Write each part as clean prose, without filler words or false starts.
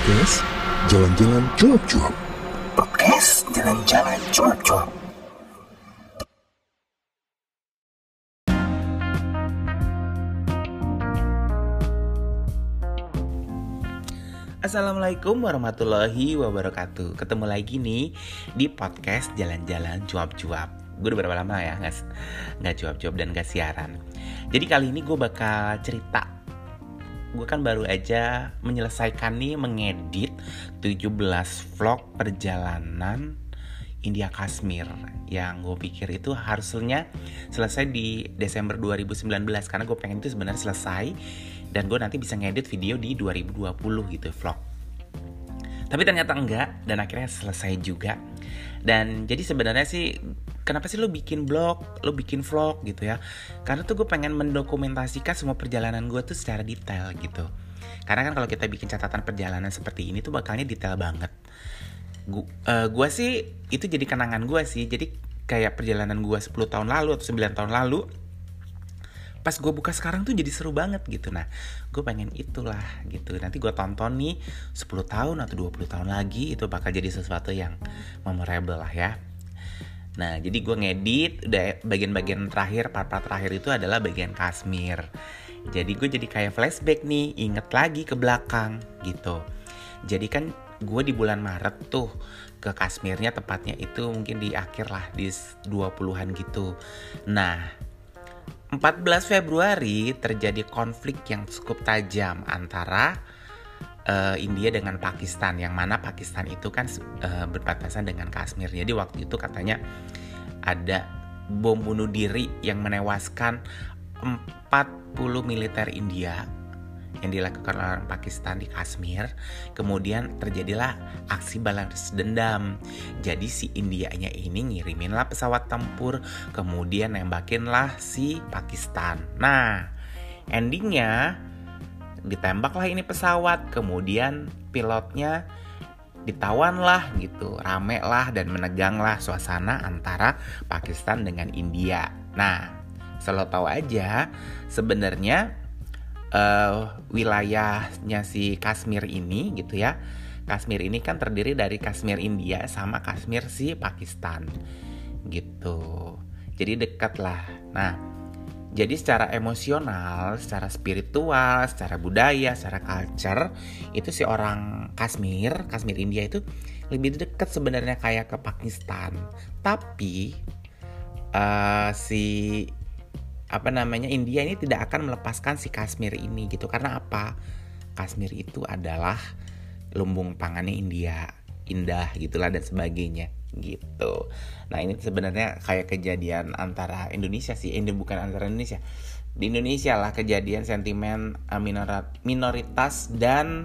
Podcast Jalan-Jalan Cuap-Cuap. Podcast Jalan-Jalan Cuap-Cuap. Assalamualaikum warahmatullahi wabarakatuh. Ketemu lagi nih di podcast Jalan-Jalan Cuap-Cuap. Gue udah berapa lama ya nggak cuap-cuap dan gak siaran. Jadi kali ini gue bakal cerita. Gue kan baru aja menyelesaikan nih mengedit 17 vlog perjalanan India Kashmir yang gue pikir itu harusnya selesai di Desember 2019 karena gue pengen itu sebenarnya selesai dan gue nanti bisa ngedit video di 2020 gitu vlog. Tapi ternyata enggak dan akhirnya selesai juga. Dan jadi sebenarnya sih kenapa sih lo bikin blog, lo bikin vlog gitu ya? Karena tuh gue pengen mendokumentasikan semua perjalanan gue tuh secara detail gitu. Karena kan kalau kita bikin catatan perjalanan seperti ini tuh bakalnya detail banget. Gue sih itu jadi kenangan gue sih. Jadi kayak perjalanan gue 10 tahun lalu atau 9 tahun lalu, pas gue buka sekarang tuh jadi seru banget gitu. Nah gue pengen itulah gitu. Nanti gue tonton nih 10 tahun atau 20 tahun lagi, itu bakal jadi sesuatu yang memorable lah ya. Nah jadi gue ngedit, udah bagian-bagian terakhir, part-part terakhir itu adalah bagian Kashmir. Jadi gue jadi kayak flashback nih, inget lagi ke belakang gitu. Jadi kan gue di bulan Maret tuh ke Kashmirnya, tepatnya itu mungkin di akhir lah, di 20-an gitu. Nah 14 Februari terjadi konflik yang cukup tajam antara India dengan Pakistan, yang mana Pakistan itu kan berbatasan dengan Kashmir. Jadi waktu itu katanya ada bom bunuh diri yang menewaskan 40 militer India yang dilakukan oleh orang Pakistan di Kashmir. Kemudian terjadilah aksi balas dendam. Jadi si Indianya ini ngiriminlah pesawat tempur, kemudian nembakinlah si Pakistan. Nah, endingnya ditembaklah ini pesawat, kemudian pilotnya ditawan lah gitu. Rame lah dan meneganglah suasana antara Pakistan dengan India. Nah, selalu tahu aja sebenarnya wilayahnya si Kashmir ini gitu ya. Kashmir ini kan terdiri dari Kashmir India sama Kashmir si Pakistan gitu. Jadi dekat lah. Nah, jadi secara emosional, secara spiritual, secara budaya, secara culture, itu si orang Kashmir India itu lebih dekat sebenarnya kayak ke Pakistan. Tapi India ini tidak akan melepaskan si Kashmir ini gitu. Karena apa? Kashmir itu adalah lumbung pangannya India, indah gitulah dan sebagainya gitu. Nah ini sebenarnya kayak kejadian antara Indonesia sih, ini bukan antara Indonesia. Di Indonesia lah kejadian sentimen minoritas dan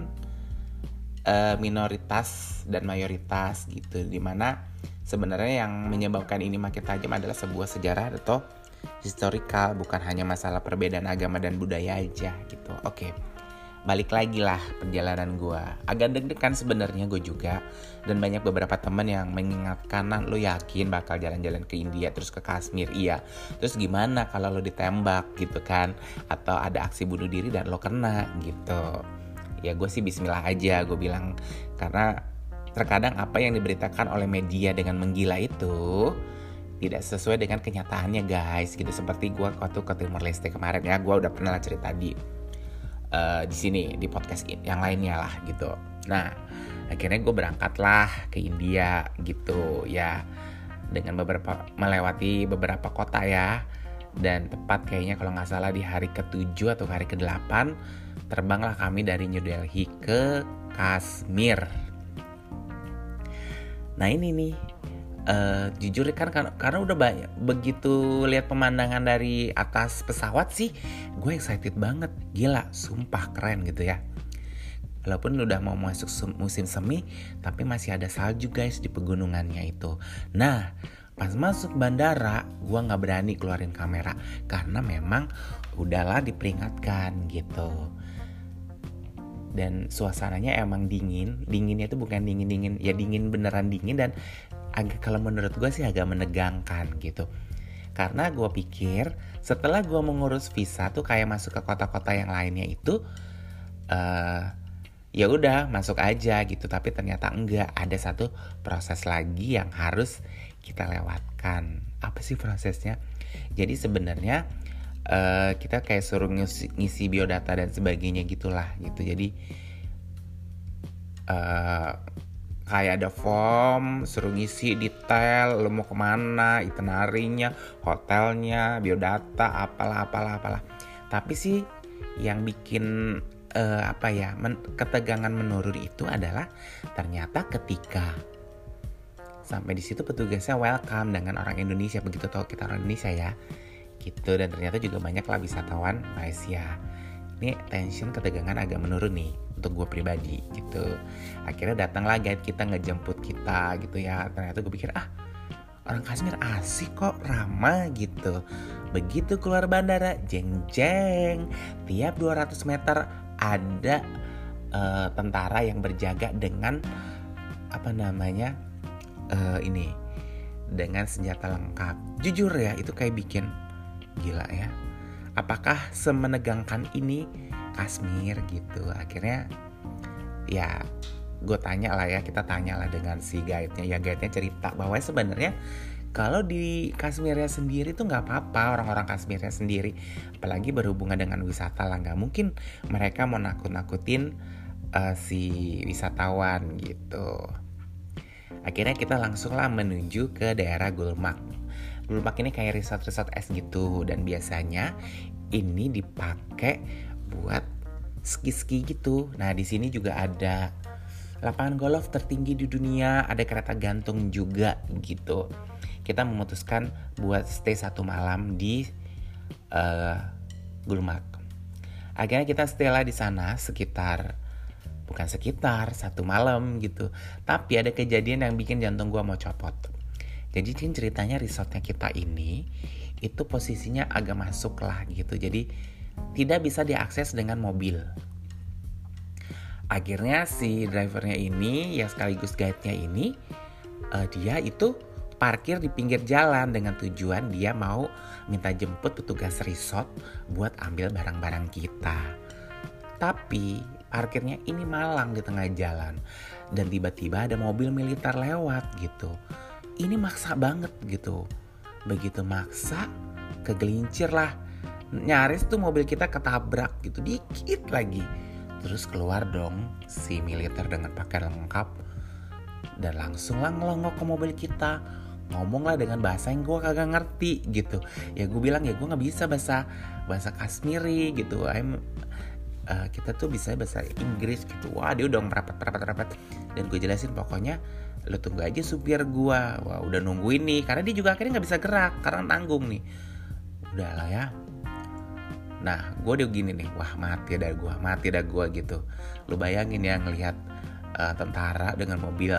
mayoritas gitu. Dimana sebenarnya yang menyebabkan ini makin tajam adalah sebuah sejarah atau historical, bukan hanya masalah perbedaan agama dan budaya aja gitu. Oke, balik lagi lah perjalanan gue. Agak deg-degan sebenarnya gue juga, dan banyak beberapa teman yang mengingatkan, lo yakin bakal jalan-jalan ke India terus ke Kashmir? Iya. Terus gimana kalau lo ditembak gitu kan, atau ada aksi bunuh diri dan lo kena gitu? Ya gue sih bismillah aja, gue bilang, karena terkadang apa yang diberitakan oleh media dengan menggila itu tidak sesuai dengan kenyataannya guys gitu. Seperti gue waktu ke Timor Leste kemarin ya, gue udah pernah cerita di sini di podcast yang lainnya lah gitu. Nah akhirnya gue berangkat lah ke India gitu ya, dengan melewati beberapa kota ya. Dan tepat kayaknya kalau nggak salah di hari ke-7 atau hari ke-8 terbanglah kami dari New Delhi ke Kashmir. Nah ini nih jujur kan karena udah banyak begitu lihat pemandangan dari atas pesawat sih, gue excited banget, gila, sumpah keren gitu ya. Walaupun udah mau masuk musim semi, tapi masih ada salju guys di pegunungannya itu. Nah pas masuk bandara, gue nggak berani keluarin kamera karena memang udahlah diperingatkan gitu. Dan suasananya emang dinginnya itu bukan dingin ya, dingin beneran dingin, dan agak, kalau menurut gue sih agak menegangkan gitu. Karena gue pikir setelah gue mengurus visa tuh kayak masuk ke kota-kota yang lainnya itu ya udah masuk aja gitu. Tapi ternyata enggak, ada satu proses lagi yang harus kita lewatkan. Apa sih prosesnya? Jadi sebenarnya kita kayak suruh ngisi biodata dan sebagainya gitulah gitu. Jadi kayak ada form, suruh ngisi detail, lo mau kemana, itinerary-nya, hotelnya, biodata, apalah. Tapi sih yang bikin ketegangan menurun itu adalah ternyata ketika sampai di situ petugasnya welcome dengan orang Indonesia, begitu tahu kita orang Indonesia ya, gitu. Dan ternyata juga banyak lah wisatawan Malaysia. Ini tension, ketegangan agak menurun nih untuk gue pribadi gitu. Akhirnya datanglah guide kita ngejemput kita gitu ya. Ternyata gue pikir orang Kashmir asik kok, ramah gitu. Begitu keluar bandara, jeng-jeng, tiap 200 meter ada tentara yang berjaga dengan dengan senjata lengkap. Jujur ya, itu kayak bikin gila ya. Apakah semenegangkan ini Kashmir gitu? Akhirnya ya kita tanya lah dengan si guide-nya. Ya guide-nya cerita bahwa sebenarnya kalau di Kashmirnya sendiri tuh nggak apa-apa, orang-orang Kashmirnya sendiri, apalagi berhubungan dengan wisata lah, nggak mungkin mereka mau nakut-nakutin si wisatawan gitu. Akhirnya kita langsung lah menuju ke daerah Gulmarg. Gulmarg ini kayak resort-resort es gitu, dan biasanya ini dipakai buat ski-ski gitu. Nah di sini juga ada lapangan golf tertinggi di dunia, ada kereta gantung juga gitu. Kita memutuskan buat stay 1 malam di Gulmarg. Akhirnya kita stay lah di sana bukan sekitar 1 malam gitu. Tapi ada kejadian yang bikin jantung gua mau copot. Jadi ceritanya resortnya kita ini itu posisinya agak masuk lah gitu. Jadi tidak bisa diakses dengan mobil. Akhirnya si drivernya ini yang sekaligus guide-nya ini dia itu parkir di pinggir jalan dengan tujuan dia mau minta jemput petugas resort buat ambil barang-barang kita. Tapi parkirnya ini malang di tengah jalan dan tiba-tiba ada mobil militer lewat gitu. Ini maksa banget gitu. Begitu maksa, kegelincir lah. Nyaris tuh mobil kita ketabrak gitu, dikit lagi. Terus keluar dong si militer dengan pakaian lengkap dan langsung lah ngelongok ke mobil kita. Ngomong lah dengan bahasa yang gue kagak ngerti gitu. Ya gue bilang ya gue gak bisa bahasa Kashmiri gitu. Kita tuh bisa bahasa Inggris gitu. Wah dia udah merapat. Dan gue jelasin pokoknya lo tunggu aja supir gue. Wah udah nungguin nih, karena dia juga akhirnya gak bisa gerak karena tanggung nih. Udah lah ya. Nah gue udah gini nih, wah mati dah gue gitu. Lo bayangin ya ngelihat tentara dengan mobil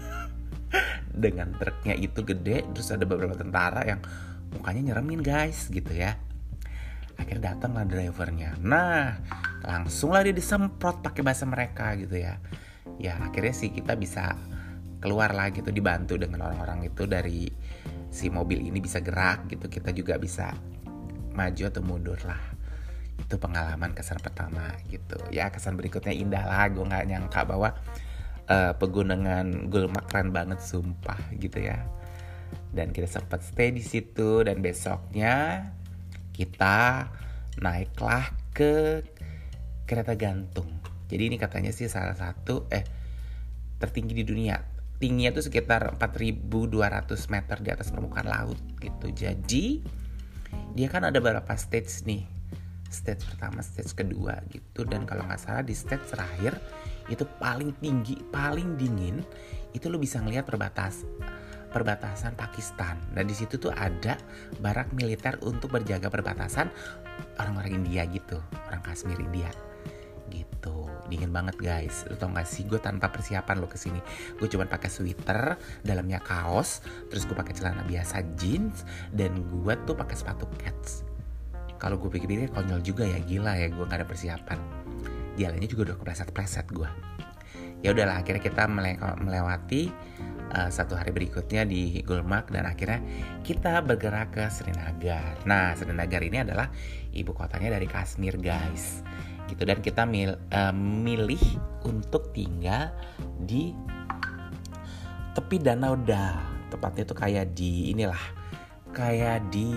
dengan truknya itu gede, terus ada beberapa tentara yang mukanya nyeremin guys gitu ya. Akhirnya datang lah drivernya. Nah langsung lah dia disemprot pakai bahasa mereka gitu ya. Ya akhirnya sih kita bisa keluar lah gitu, dibantu dengan orang-orang itu dari si mobil ini bisa gerak gitu. Kita juga bisa maju atau mundur lah. Itu pengalaman kesan pertama gitu. Ya kesan berikutnya indah lah. Gue gak nyangka bahwa pegunungan Gulmarg keren banget sumpah gitu ya. Dan kita sempat stay di situ dan besoknya kita naiklah ke kereta gantung. Jadi ini katanya sih salah satu tertinggi di dunia. Tingginya tuh sekitar 4.200 meter di atas permukaan laut gitu. Jadi dia kan ada beberapa stage nih. Stage pertama, stage kedua gitu. Dan kalau gak salah di stage terakhir itu paling tinggi, paling dingin. Itu lo bisa ngelihat perbatasan Pakistan. Dan di situ tuh ada barak militer untuk berjaga perbatasan orang-orang India gitu, orang Kashmir India gitu. Dingin banget guys. Lo tau gak sih, gue tanpa persiapan lo kesini. Gue cuma pakai sweater, dalamnya kaos, terus gue pakai celana biasa jeans, dan gue tuh pakai sepatu kets. Kalau gue pikir-pikir konyol juga ya, gila ya gue gak ada persiapan. Jalannya juga udah kepleset-pleset gue. Ya udahlah, akhirnya kita melewati satu hari berikutnya di Gulmarg dan akhirnya kita bergerak ke Srinagar. Nah, Srinagar ini adalah ibu kotanya dari Kashmir guys. gitu. Dan kita milih untuk tinggal di tepi danau tepatnya itu kayak di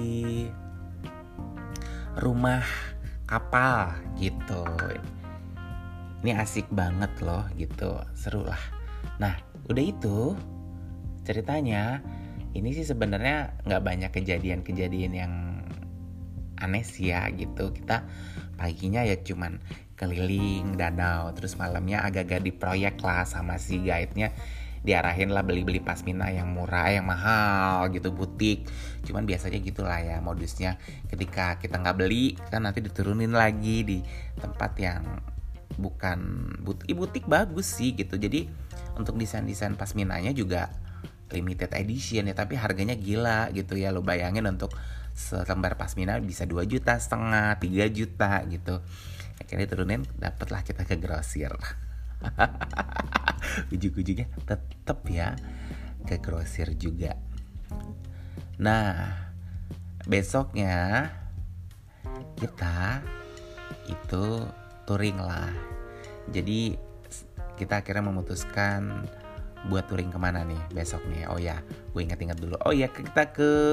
rumah kapal gitu. Ini asik banget loh gitu, seru lah. Nah udah itu ceritanya. Ini sih sebenarnya nggak banyak kejadian yang aneh sih ya gitu. Kita paginya ya cuman keliling danau, terus malamnya agak-agak diproyek lah sama si guide-nya, diarahin lah beli-beli pasmina yang murah, yang mahal gitu, butik. Cuman biasanya gitulah ya modusnya, ketika kita nggak beli kan nanti diturunin lagi di tempat yang bukan butik bagus sih gitu. Jadi untuk desain pasminanya juga limited edition ya, tapi harganya gila gitu ya. Lo bayangin untuk selembar pasmina bisa 2,5 juta, 3 juta gitu. Akhirnya turunin, dapatlah kita ke grosir. Ujung-ujungnya tetep ya ke grosir juga. Nah besoknya kita itu touring lah. Jadi kita akhirnya memutuskan buat touring kemana nih besok nih. Oh ya, gue ingat dulu. Oh ya, kita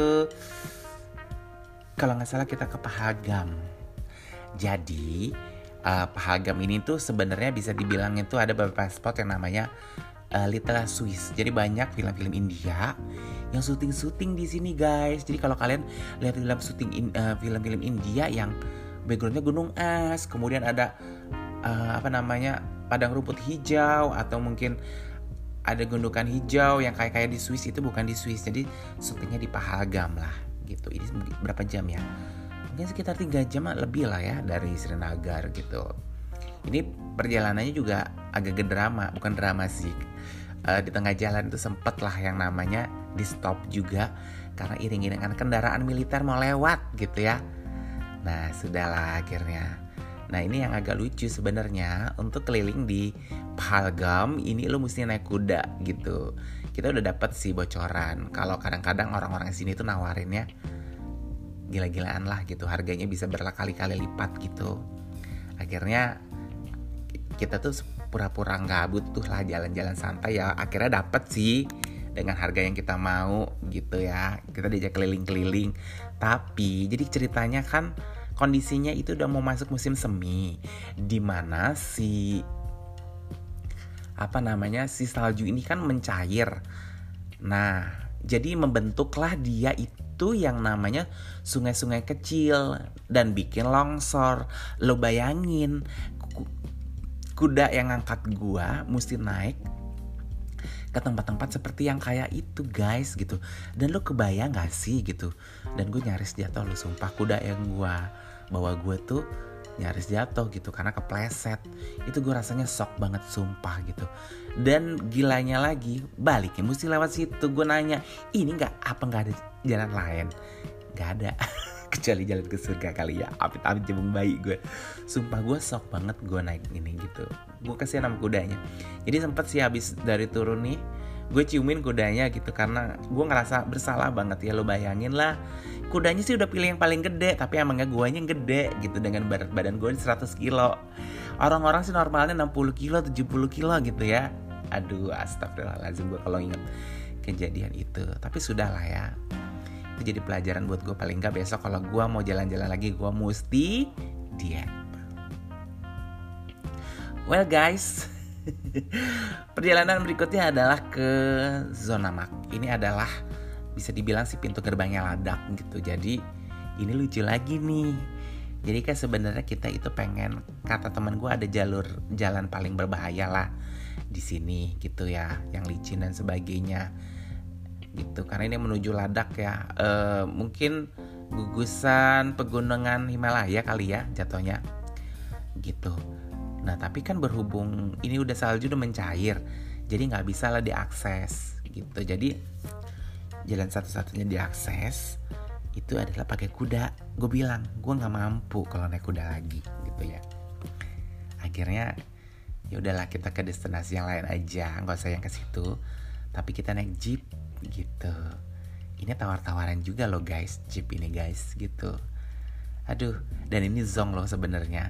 kalau nggak salah kita ke Pahagam. Jadi Pahagam ini tuh sebenarnya bisa dibilang itu ada beberapa spot yang namanya Little Swiss. Jadi banyak film-film India yang syuting di sini guys. Jadi kalau kalian lihat film-film India yang backgroundnya gunung es, kemudian ada padang rumput hijau, atau mungkin ada gundukan hijau yang kayak di Swiss, itu bukan di Swiss. Jadi syutingnya di Pahagam lah gitu. Ini berapa jam ya? Mungkin sekitar 3 jam lebih lah ya dari Srinagar gitu. Ini perjalanannya juga agak bukan drama sih. Di tengah jalan itu sempet lah yang namanya di stop juga karena iring-iringan kendaraan militer mau lewat gitu ya. Nah sudahlah akhirnya. Nah ini yang agak lucu sebenarnya, untuk keliling di Pahagam ini lo mesti naik kuda gitu. Kita udah dapat sih bocoran kalau kadang-kadang orang-orang sini tuh nawarinnya gila-gilaan lah gitu, harganya bisa berkali-kali lipat gitu. Akhirnya kita tuh pura-pura gabut tuh lah, jalan-jalan santai ya. Akhirnya dapet sih dengan harga yang kita mau gitu ya. Kita diajak keliling-keliling. Tapi jadi ceritanya kan kondisinya itu udah mau masuk musim semi, dimana si salju ini kan mencair. Nah jadi membentuklah dia itu yang namanya sungai-sungai kecil dan bikin longsor. Lo bayangin kuda yang ngangkat gua mesti naik ke tempat-tempat seperti yang kayak itu guys gitu. Dan lo kebayang gak sih gitu. Dan gue nyaris jatuh lo, sumpah. Kuda yang gue bawa gue tuh nyaris jatuh gitu karena kepleset. Itu gue rasanya shock banget sumpah gitu. Dan gilanya lagi, baliknya mesti lewat situ. Gue nanya, ini gak ada jalan lain? Gak ada. Kecuali jalan ke surga kali ya. Amit-amit jebung bayi gue. Sumpah gue shock banget gue naik ini gitu. Gue kasihan sama kudanya. Jadi sempet sih habis dari turun nih, gue ciumin kudanya gitu karena gue ngerasa bersalah banget ya. Lo bayangin lah, kudanya sih udah pilih yang paling gede, tapi emangnya guanya yang gede gitu dengan berat badan gue 100 kilo. Orang-orang sih normalnya 60 kilo, 70 kilo gitu ya. Aduh astagfirullahaladzim gue kalau inget kejadian itu. Tapi sudahlah ya, itu jadi pelajaran buat gue. Paling gak besok kalau gue mau jalan-jalan lagi, gue mesti diet. Well guys, perjalanan berikutnya adalah ke Zona Mak. Ini adalah bisa dibilang sih pintu gerbangnya Ladakh gitu. Jadi ini lucu lagi nih. Jadi kan sebenarnya kita itu pengen, kata teman gue ada jalan paling berbahaya lah di sini gitu ya, yang licin dan sebagainya gitu. Karena ini menuju Ladakh ya, mungkin gugusan pegunungan Himalaya kali ya jatuhnya gitu. Nah tapi kan berhubung ini udah salju udah mencair, jadi nggak bisa lah diakses gitu. Jadi jalan satu-satunya diakses itu adalah pakai kuda. Gue bilang gue nggak mampu kalau naik kuda lagi gitu ya. Akhirnya ya udahlah, kita ke destinasi yang lain aja, nggak usah yang ke situ. Tapi kita naik jeep gitu. Ini tawar-tawaran juga loh guys, jeep ini guys gitu. Aduh, dan ini zonk loh sebenarnya.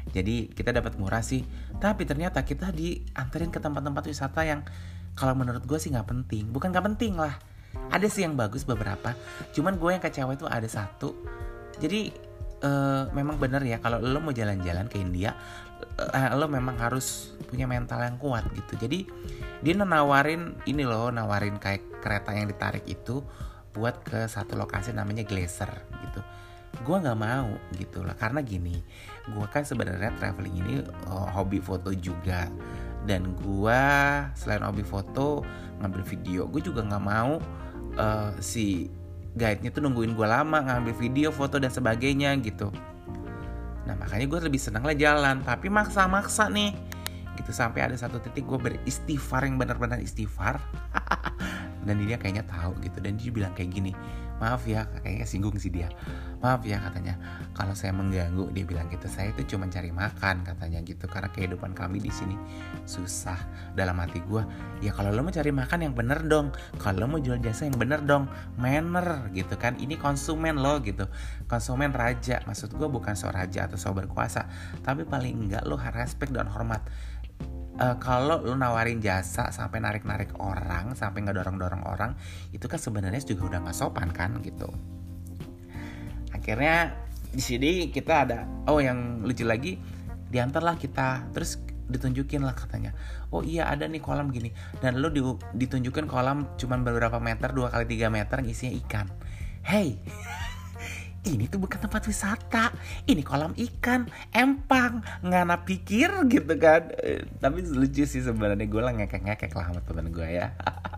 Jadi kita dapat murah sih, tapi ternyata kita dianterin ke tempat-tempat wisata yang kalau menurut gue sih nggak penting. Bukan nggak penting lah, ada sih yang bagus beberapa, cuman gue yang kecewa itu ada satu. Jadi memang bener ya, kalau lo mau jalan-jalan ke India, lo memang harus punya mental yang kuat gitu. Jadi dia nawarin kayak kereta yang ditarik itu buat ke satu lokasi namanya Glacier gitu. Gue nggak mau gitu lah, karena gini, gue kan sebenarnya traveling ini hobi foto juga, dan gue selain hobi foto ngambil video, gue juga nggak mau si guide-nya tuh nungguin gue lama ngambil video, foto dan sebagainya gitu. Nah makanya gue lebih senang lah jalan, tapi maksa-maksa nih gitu, sampai ada satu titik gue beristighfar yang benar-benar istighfar dan dia kayaknya tahu gitu, dan dia bilang kayak gini, maaf ya, kayaknya singgung sih dia, maaf ya katanya kalau saya mengganggu, dia bilang gitu, saya itu cuma cari makan katanya gitu, karena kehidupan kami di sini susah. Dalam hati gue, ya kalau lo mau cari makan yang bener dong, kalau lo mau jual jasa yang bener dong, manner gitu kan, ini konsumen lo gitu, konsumen raja, maksud gue bukan so raja atau so berkuasa, tapi paling enggak lo respect dan hormat. Kalau lo nawarin jasa sampai narik-narik orang, sampai ngedorong-dorong orang, itu kan sebenarnya juga udah nggak sopan kan gitu. Akhirnya di sini kita ada, yang lucu lagi, diantarlah kita, terus ditunjukin lah katanya, oh iya ada nih kolam gini, dan lo ditunjukin kolam cuman beberapa meter, 2x3 meter isinya ikan. Hey, ini tuh bukan tempat wisata, ini kolam ikan, empang, ngana pikir gitu kan. Tapi lucu sih sebenarnya, gue lah ngekek-ngekek lah sama temen gue ya.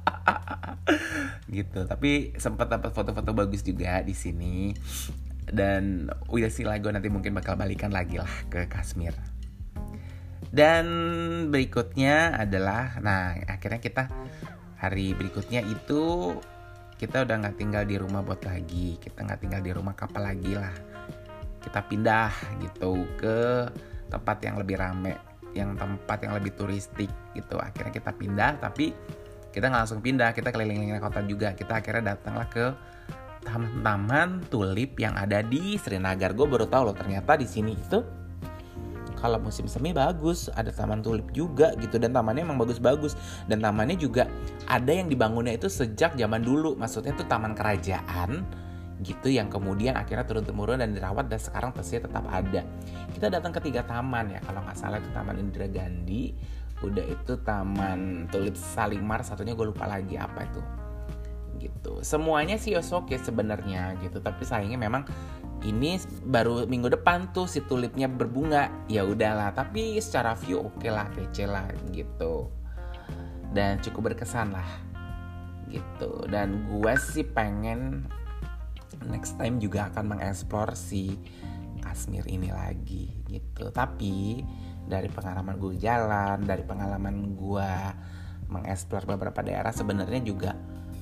Gitu, tapi sempat dapat foto-foto bagus juga di sini. Dan udah sih lah, gue nanti mungkin bakal balikan lagi lah ke Kashmir. Dan berikutnya adalah, nah akhirnya kita hari berikutnya itu kita udah gak tinggal di rumah bot lagi, kita gak tinggal di rumah kapal lagi lah, kita pindah gitu ke tempat yang lebih rame, yang tempat yang lebih turistik gitu. Akhirnya kita pindah, tapi kita gak langsung pindah, kita keliling-keliling kota juga. Kita akhirnya datanglah ke taman tulip yang ada di Srinagar. Gue baru tahu loh ternyata di sini itu kalau musim semi bagus, ada taman tulip juga gitu, dan tamannya emang bagus-bagus, dan tamannya juga ada yang dibangunnya itu sejak zaman dulu, maksudnya itu taman kerajaan gitu, yang kemudian akhirnya turun-temurun dan dirawat, dan sekarang pastinya tetap ada. Kita datang ke 3 taman ya, kalau nggak salah itu Taman Indira Gandhi, udah itu Taman Tulip Salimar, satunya gue lupa lagi apa itu gitu. Semuanya sih oke sebenarnya gitu, tapi sayangnya memang ini baru minggu depan tuh si tulipnya berbunga. Ya udahlah, tapi secara view oke lah, kece lah gitu, dan cukup berkesan lah gitu. Dan gue sih pengen next time juga akan mengeksplor si Kashmir ini lagi gitu. Tapi dari pengalaman gue jalan, dari pengalaman gue mengeksplor beberapa daerah, sebenarnya juga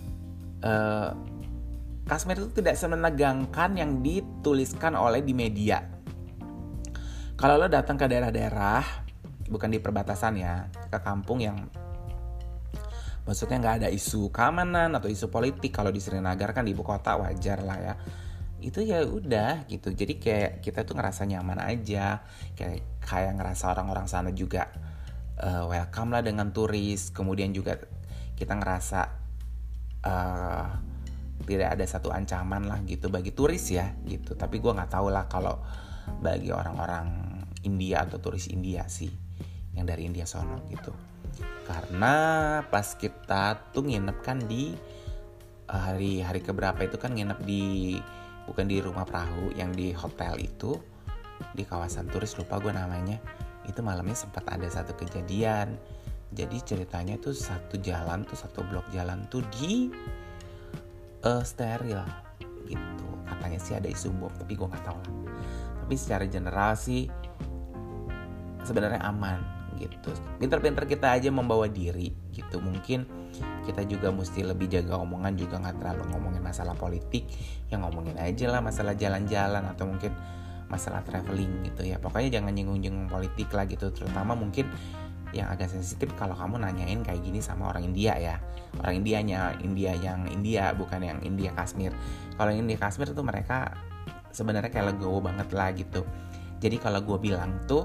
Kashmir itu tidak semenegangkan yang dituliskan oleh di media. Kalau lo datang ke daerah-daerah, bukan di perbatasan ya, ke kampung yang maksudnya nggak ada isu keamanan atau isu politik. Kalau di Srinagar kan di ibu kota, wajar lah ya. Itu ya udah gitu. Jadi kayak kita tuh ngerasa nyaman aja, kayak ngerasa orang-orang sana juga welcome lah dengan turis. Kemudian juga kita ngerasa tidak ada satu ancaman lah gitu bagi turis ya gitu. Tapi gue nggak tahu lah kalau bagi orang-orang India atau turis India sih, yang dari India sono gitu. Karena pas kita tuh nginep kan di hari keberapa itu kan nginep di, bukan di rumah perahu, yang di hotel itu di kawasan turis, lupa gue namanya. Itu malamnya sempat ada satu kejadian. Jadi ceritanya tuh satu blok jalan tuh di steril gitu. Katanya sih ada isu bom, tapi gue nggak tahu lah. Tapi secara general sih sebenarnya aman gitu. Pinter-pinter kita aja membawa diri gitu. Mungkin kita juga mesti lebih jaga omongan, juga nggak terlalu ngomongin masalah politik, yang ngomongin aja lah masalah jalan-jalan atau mungkin masalah traveling gitu ya. Pokoknya jangan nyinggung-nyinggung politik lah gitu. Terutama mungkin yang agak sensitif kalau kamu nanyain kayak gini sama orang India ya. Orang Indianya, India yang India, bukan yang India Kashmir. Kalau yang India Kashmir tuh mereka sebenarnya kayak legowo banget lah gitu. Jadi kalau gue bilang tuh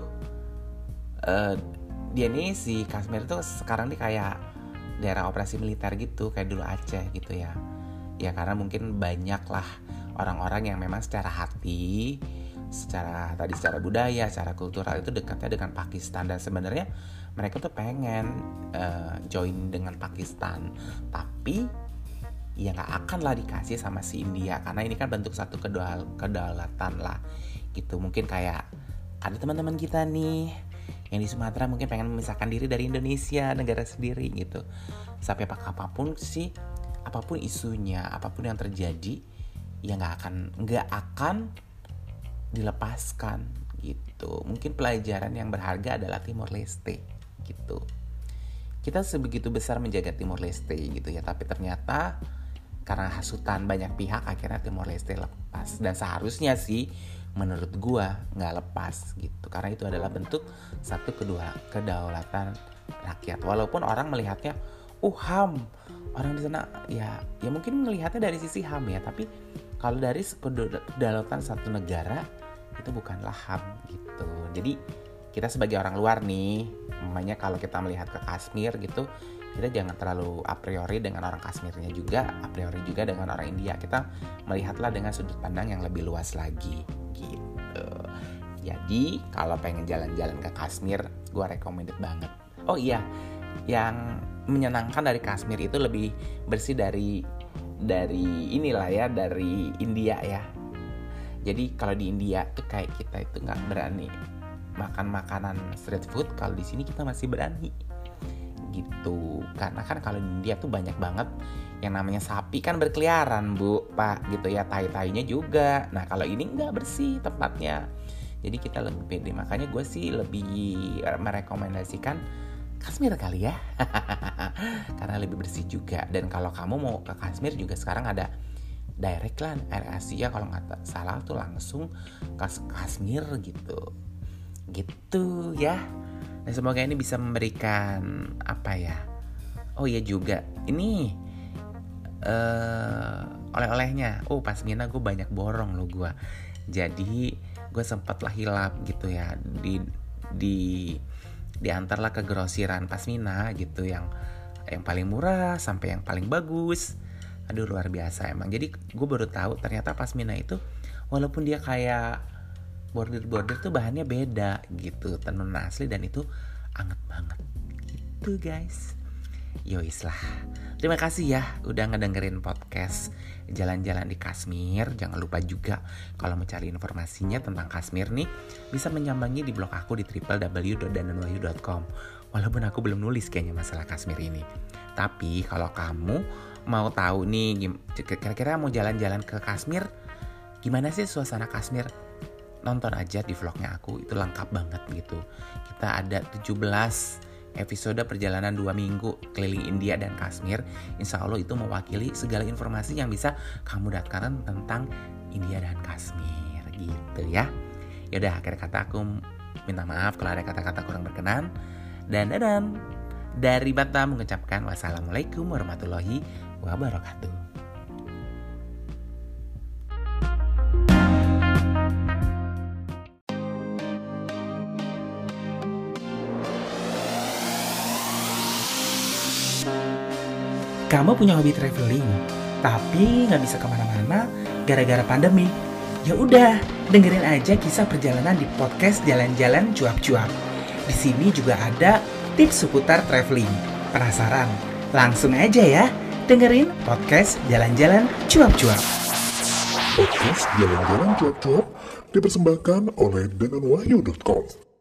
dia nih si Kashmir tuh sekarang nih kayak daerah operasi militer gitu, kayak dulu Aceh gitu ya. Ya karena mungkin banyak lah orang-orang yang memang secara hati, secara budaya, secara kultural itu dekatnya dengan Pakistan, dan sebenarnya mereka tuh pengen join dengan Pakistan, tapi ya nggak akan lah dikasih sama si India karena ini kan bentuk satu kedaulatan lah gitu. Mungkin kayak ada teman-teman kita nih yang di Sumatera mungkin pengen memisahkan diri dari Indonesia, negara sendiri gitu. Sampai apapun sih, apapun isunya, apapun yang terjadi, ya nggak akan dilepaskan gitu. Mungkin pelajaran yang berharga adalah Timor Leste gitu. Kita sebegitu besar menjaga Timor Leste gitu ya, tapi ternyata karena hasutan banyak pihak akhirnya Timor Leste lepas. Dan seharusnya sih menurut gua nggak lepas gitu, karena itu adalah bentuk satu kedaulatan rakyat. Walaupun orang melihatnya HAM, orang di sana ya mungkin melihatnya dari sisi HAM ya, tapi kalau dari kedaulatan satu negara itu bukanlah HAM gitu. Jadi kita sebagai orang luar nih, namanya kalau kita melihat ke Kashmir gitu, kita jangan terlalu a priori dengan orang Kashmirnya juga, a priori juga dengan orang India. Kita melihatlah dengan sudut pandang yang lebih luas lagi gitu. Jadi kalau pengen jalan-jalan ke Kashmir, gue recommended banget. Oh iya, yang menyenangkan dari Kashmir itu lebih bersih dari inilah ya, dari India ya. Jadi kalau di India tuh kayak kita itu nggak berani makan makanan street food, kalau di sini kita masih berani gitu. Karena kan kalau di India tuh banyak banget yang namanya sapi kan berkeliaran bu, pak gitu ya, tai-tainya juga. Nah kalau ini nggak bersih tempatnya, jadi kita lebih pede. Makanya gue sih lebih merekomendasikan Kashmir kali ya karena lebih bersih juga. Dan kalau kamu mau ke Kashmir juga sekarang ada direct lah, Air Asia kalau nggak salah tuh langsung ke Kashmir gitu ya. Dan semoga ini bisa memberikan apa ya, oh iya juga ini oleh-olehnya. Pasmina gue banyak borong loh gue, jadi gue sempet lah hilap gitu ya, diantarlah ke grosiran Pasmina gitu, yang paling murah sampai yang paling bagus. Aduh luar biasa emang. Jadi gue baru tahu ternyata Pasmina itu walaupun dia kayak bordir tuh bahannya beda gitu, tenun asli, dan itu anget banget gitu guys. Yois lah. Terima kasih ya udah ngedengerin podcast jalan-jalan di Kashmir. Jangan lupa juga kalau mau cari informasinya tentang Kashmir nih, bisa menyambangi di blog aku di www.dandanwahyu.com. Walaupun aku belum nulis kayaknya masalah Kashmir ini, tapi kalau kamu mau tahu nih kira-kira mau jalan-jalan ke Kashmir, gimana sih suasana Kashmir, nonton aja di vlognya aku, itu lengkap banget gitu. Kita ada 17 episode perjalanan 2 minggu keliling India dan Kashmir. Insya Allah itu mewakili segala informasi yang bisa kamu dapatkan tentang India dan Kashmir gitu ya. Yaudah, akhir kata aku minta maaf kalau ada kata-kata kurang berkenan. Dan dari Batam mengucapkan wassalamualaikum warahmatullahi wabarakatuh. Kamu punya hobi traveling, tapi nggak bisa kemana-mana gara-gara pandemi. Ya udah, dengerin aja kisah perjalanan di podcast Jalan-Jalan Cuap-Cuap. Di sini juga ada tips seputar traveling. Penasaran? Langsung aja ya, dengerin podcast Jalan-Jalan Cuap-Cuap. Podcast Jalan-Jalan Cuap-Cuap dipersembahkan oleh dandanwahyu.com.